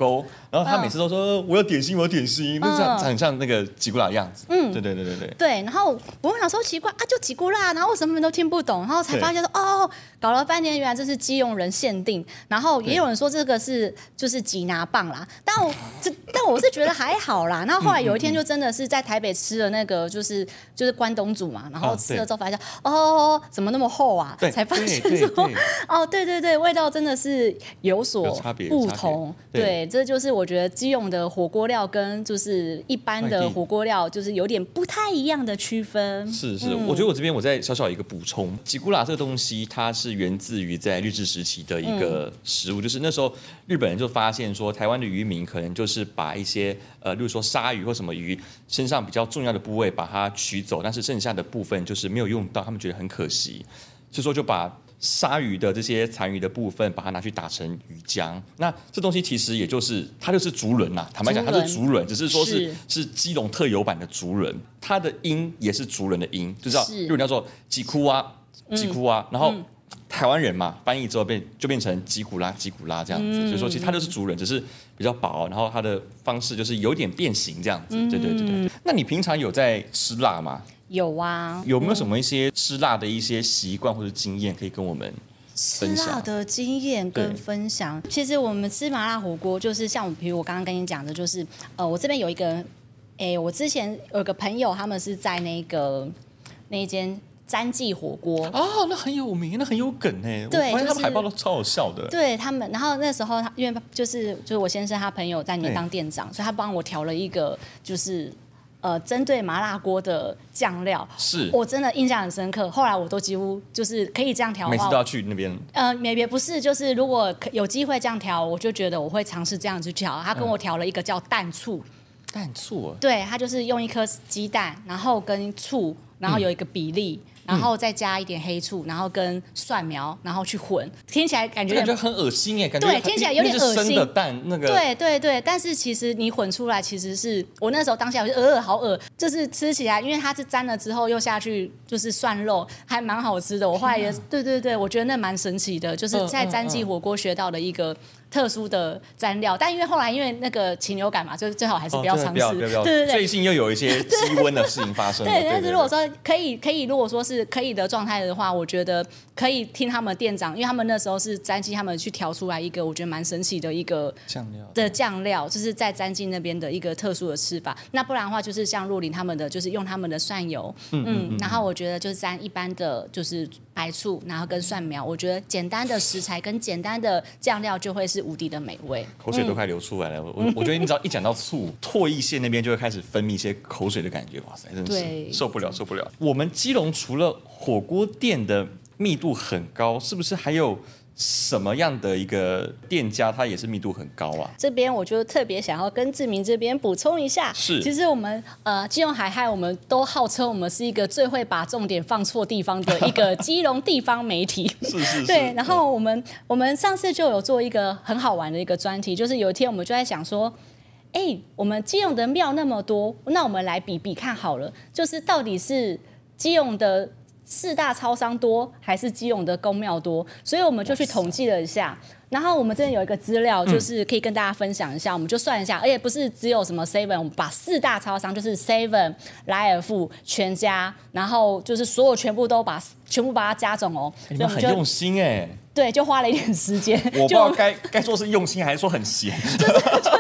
[SPEAKER 1] 然后他每次都说我要点心，我要点心，那这样很像那个吉古拉的样子。嗯，对对对对对。
[SPEAKER 2] 对，然后我想说奇怪啊，就吉古拉，然后我什么都听不懂，然后才发现说哦，搞了半天原来这是基隆人限定，然后也有人说这个是就是吉拿棒啦，但我这但我是觉得还好啦。然后后来有一天就真的是在台北吃了那个就是就是关东煮嘛，然后吃了之后发现、啊、哦怎么那么厚啊，才发现说哦对对对，味道真的是有所不同。对，对，这就是我觉得基隆的火锅料跟就是一般的火锅料就是有点不太一样的区分。
[SPEAKER 1] 是是、嗯，我觉得我这边我再小小一个补充，吉古拉这个东西它是源自于在日治时期的一个食物，嗯、就是那时候日本人就发现说台湾的渔民可能就是把一些呃，例如说鲨鱼或什么鱼身上比较重要的部位把它取走，但是剩下的部分就是没有用到，他们觉得很可惜，所以说就把鲨鱼的这些残余的部分，把它拿去打成鱼浆。那这东西其实也就是它就是竹轮啦，坦白讲它是竹轮，只是说是是基隆特有版的竹轮，它的音也是竹轮的音，就叫日文叫做吉库啊吉库啊，然后。嗯台湾人嘛，翻译之后变就变成吉古拉吉古拉这样子，嗯、所以说其实它就是竹轮，只是比较薄，然后它的方式就是有点变形这样子。嗯、对对对对。那你平常有在吃辣吗？
[SPEAKER 2] 有啊。
[SPEAKER 1] 有没有什么一些吃辣的一些习惯或者经验可以跟我们分享？
[SPEAKER 2] 吃辣的经验跟分享，其实我们吃麻辣火锅就是像，比如我刚刚跟你讲的，就是呃，我这边有一个，哎，我之前有个朋友，他们是在那个那一间。詹记火锅
[SPEAKER 1] 哦，那很有名，那很有梗哎。
[SPEAKER 2] 对，
[SPEAKER 1] 我发现他们海报都超好笑的。
[SPEAKER 2] 对他们，然后那时候他因为就是就是我先生他朋友在里面当店长，所以他帮我调了一个就是呃针对麻辣锅的酱料，
[SPEAKER 1] 是
[SPEAKER 2] 我真的印象很深刻。后来我都几乎就是可以这样调，
[SPEAKER 1] 每次都要去那边。
[SPEAKER 2] 呃，也也不是，就是如果有机会这样调，我就觉得我会尝试这样去调。他跟我调了一个叫蛋醋，
[SPEAKER 1] 嗯、蛋醋啊，
[SPEAKER 2] 对，他就是用一颗鸡蛋，然后跟醋，然后有一个比例。嗯然后再加一点黑醋，然后跟蒜苗，然后去混，听起来感觉
[SPEAKER 1] 感觉很恶心哎，感觉
[SPEAKER 2] 对，听起来有点恶心。
[SPEAKER 1] 生的蛋那个，
[SPEAKER 2] 对对对，但是其实你混出来，其实是我那时候当下我就呃好恶，就是吃起来，因为它是沾了之后又下去就是涮肉，还蛮好吃的。我后来也对对对，我觉得那蛮神奇的，就是在詹记火锅学到的一个。特殊的蘸料，但因为后来因为那个禽流感嘛，就最好还是不要尝试。
[SPEAKER 1] 哦、对对对，最近又有一些低温的事情发生了。
[SPEAKER 2] 对，但是如果说可以可以，如果说是可以的状态的话，我觉得可以听他们店长，因为他们那时候是詹记他们去调出来一个我觉得蛮神奇的一个
[SPEAKER 1] 酱料
[SPEAKER 2] 的酱料，就是在詹记那边的一个特殊的吃法。那不然的话，就是像若琳他们的，就是用他们的蒜油，嗯，嗯嗯然后我觉得就是沾一般的就是白醋，然后跟蒜苗，我觉得简单的食材跟简单的酱料就会是无敌的美味。
[SPEAKER 1] 口水都快流出来了，嗯、我我觉得你只要一讲到醋，唾液腺那边就会开始分泌一些口水的感觉，哇塞，真的是受不了受不了。我们基隆除了火锅店的密度很高，是不是还有什么样的一个店家它也是密度很高啊？
[SPEAKER 2] 这边我就特别想要跟志明这边补充一下，
[SPEAKER 1] 是，
[SPEAKER 2] 其实我们呃基隆海嗨，我们都号称我们是一个最会把重点放错地方的一个基隆地方媒体，
[SPEAKER 1] 是是是。
[SPEAKER 2] 对，然后我们我们上次就有做一个很好玩的一个专题，就是有一天我们就在想说，哎，我们基隆的庙那么多，那我们来比比看好了，就是到底是基隆的四大超商多还是基隆的公庙多，所以我们就去统计了一下，然后我们这边有一个资料，就是可以跟大家分享一下，嗯、我们就算一下，而且不是只有什么 seven， 我们把四大超商就是 seven、莱尔富、全家，然后就是所有全部都把全部把它加总哦。
[SPEAKER 1] 你们很用心哎。
[SPEAKER 2] 对，就花了一点时间。
[SPEAKER 1] 我不知道该该说是用心还是说很闲。
[SPEAKER 2] 就是就是，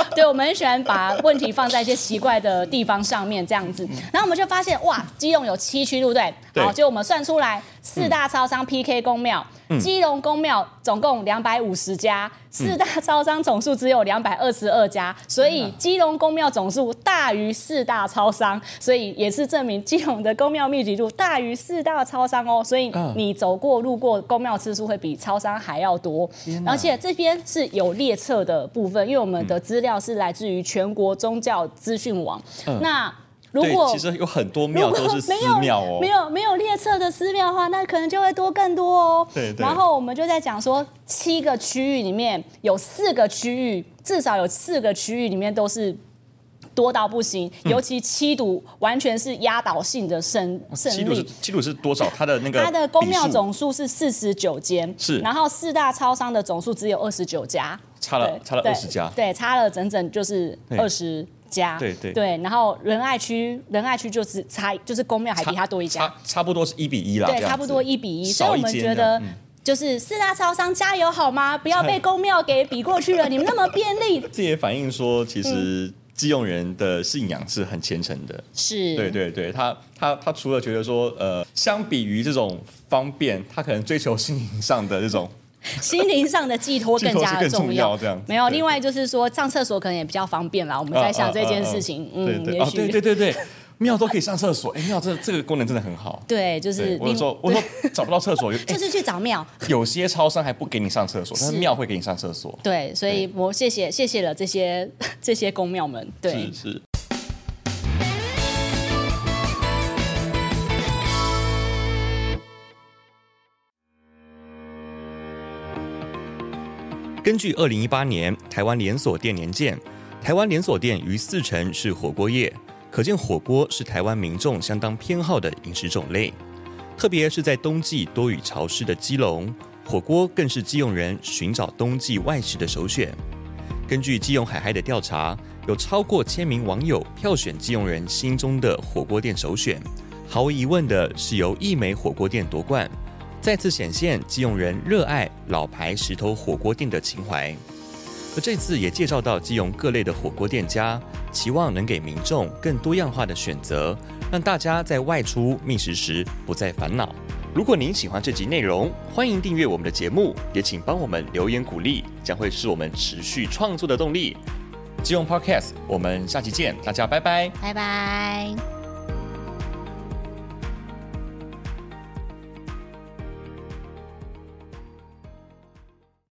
[SPEAKER 2] 对，我们很喜欢把问题放在一些奇怪的地方上面，这样子。然后我们就发现，哇，基隆有七区，对不对？
[SPEAKER 1] 对。
[SPEAKER 2] 好，就我们算出来，四大超商 P K 公庙，嗯、基隆公庙总共两百五十家，四大超商总数只有两百二十二家，所以基隆公庙总数大于四大超商，所以也是证明基隆的公庙密集度大于四大超商哦。所以你走过路过公庙次数会比超商还要多，而且这边是有列册的部分，因为我们的资料是来自于全国宗教资讯网。嗯、那如果
[SPEAKER 1] 其实有很多庙都是私庙哦，
[SPEAKER 2] 没有没有列册的私庙的话，那可能就会多更多哦。
[SPEAKER 1] 对对。
[SPEAKER 2] 然后我们就在讲说，七个区域里面有四个区域，至少有四个区域里面都是多到不行，尤其七堵完全是压倒性的胜胜利。七堵是
[SPEAKER 1] 七堵是多少？它的那个
[SPEAKER 2] 它的公庙总数是四十九间，
[SPEAKER 1] 是，
[SPEAKER 2] 然后四大超商的总数只有二十九家。
[SPEAKER 1] 差了差了二十家，
[SPEAKER 2] 对，差了整整就是二十家，
[SPEAKER 1] 对对
[SPEAKER 2] 对。然后仁爱区仁爱区就是差，就是公庙还比它多一家，
[SPEAKER 1] 差差不多是一比一啦，
[SPEAKER 2] 对，差不多一比一，所以我们觉
[SPEAKER 1] 得。
[SPEAKER 2] 就是四大超商加油好吗？不要被公庙给比过去了，你们那么便利。
[SPEAKER 1] 这也反映说，其实基隆人的信仰是很虔诚的。
[SPEAKER 2] 是，
[SPEAKER 1] 对对对，他他他除了觉得说，呃，相比于这种方便，他可能追求心灵上的这种。
[SPEAKER 2] 心灵上的寄托更加的重要，
[SPEAKER 1] 这样
[SPEAKER 2] 没有。另外就是说，上厕所可能也比较方便啦。我们在想这件事情，
[SPEAKER 1] 嗯，
[SPEAKER 2] 也许、
[SPEAKER 1] 哦、对对对对，庙都可以上厕所，哎，庙这这个功能真的很好。
[SPEAKER 2] 对，就是
[SPEAKER 1] 我说我说找不到厕所，
[SPEAKER 2] 就是去找庙。
[SPEAKER 1] 有些超商还不给你上厕所，但是庙会给你上厕所。
[SPEAKER 2] 对，所以我谢谢谢谢了这些这些公庙们。对，
[SPEAKER 1] 是是。根据二零一八年台湾连锁店年鉴，台湾连锁店逾四成是火锅业，可见火锅是台湾民众相当偏好的饮食种类。特别是在冬季多雨潮湿的基隆，火锅更是基隆人寻找冬季外食的首选。根据基隆海嗨的调查，有超过千名网友票选基隆人心中的火锅店首选，毫无疑问的是由一枚火锅店夺冠。再次显现基隆人热爱老牌石头火锅店的情怀，而这次也介绍到基隆各类的火锅店家，期望能给民众更多样化的选择，让大家在外出觅食时不再烦恼。如果您喜欢这集内容，欢迎订阅我们的节目，也请帮我们留言鼓励，将会是我们持续创作的动力。基隆 Podcast， 我们下期见，大家拜拜，
[SPEAKER 2] 拜拜。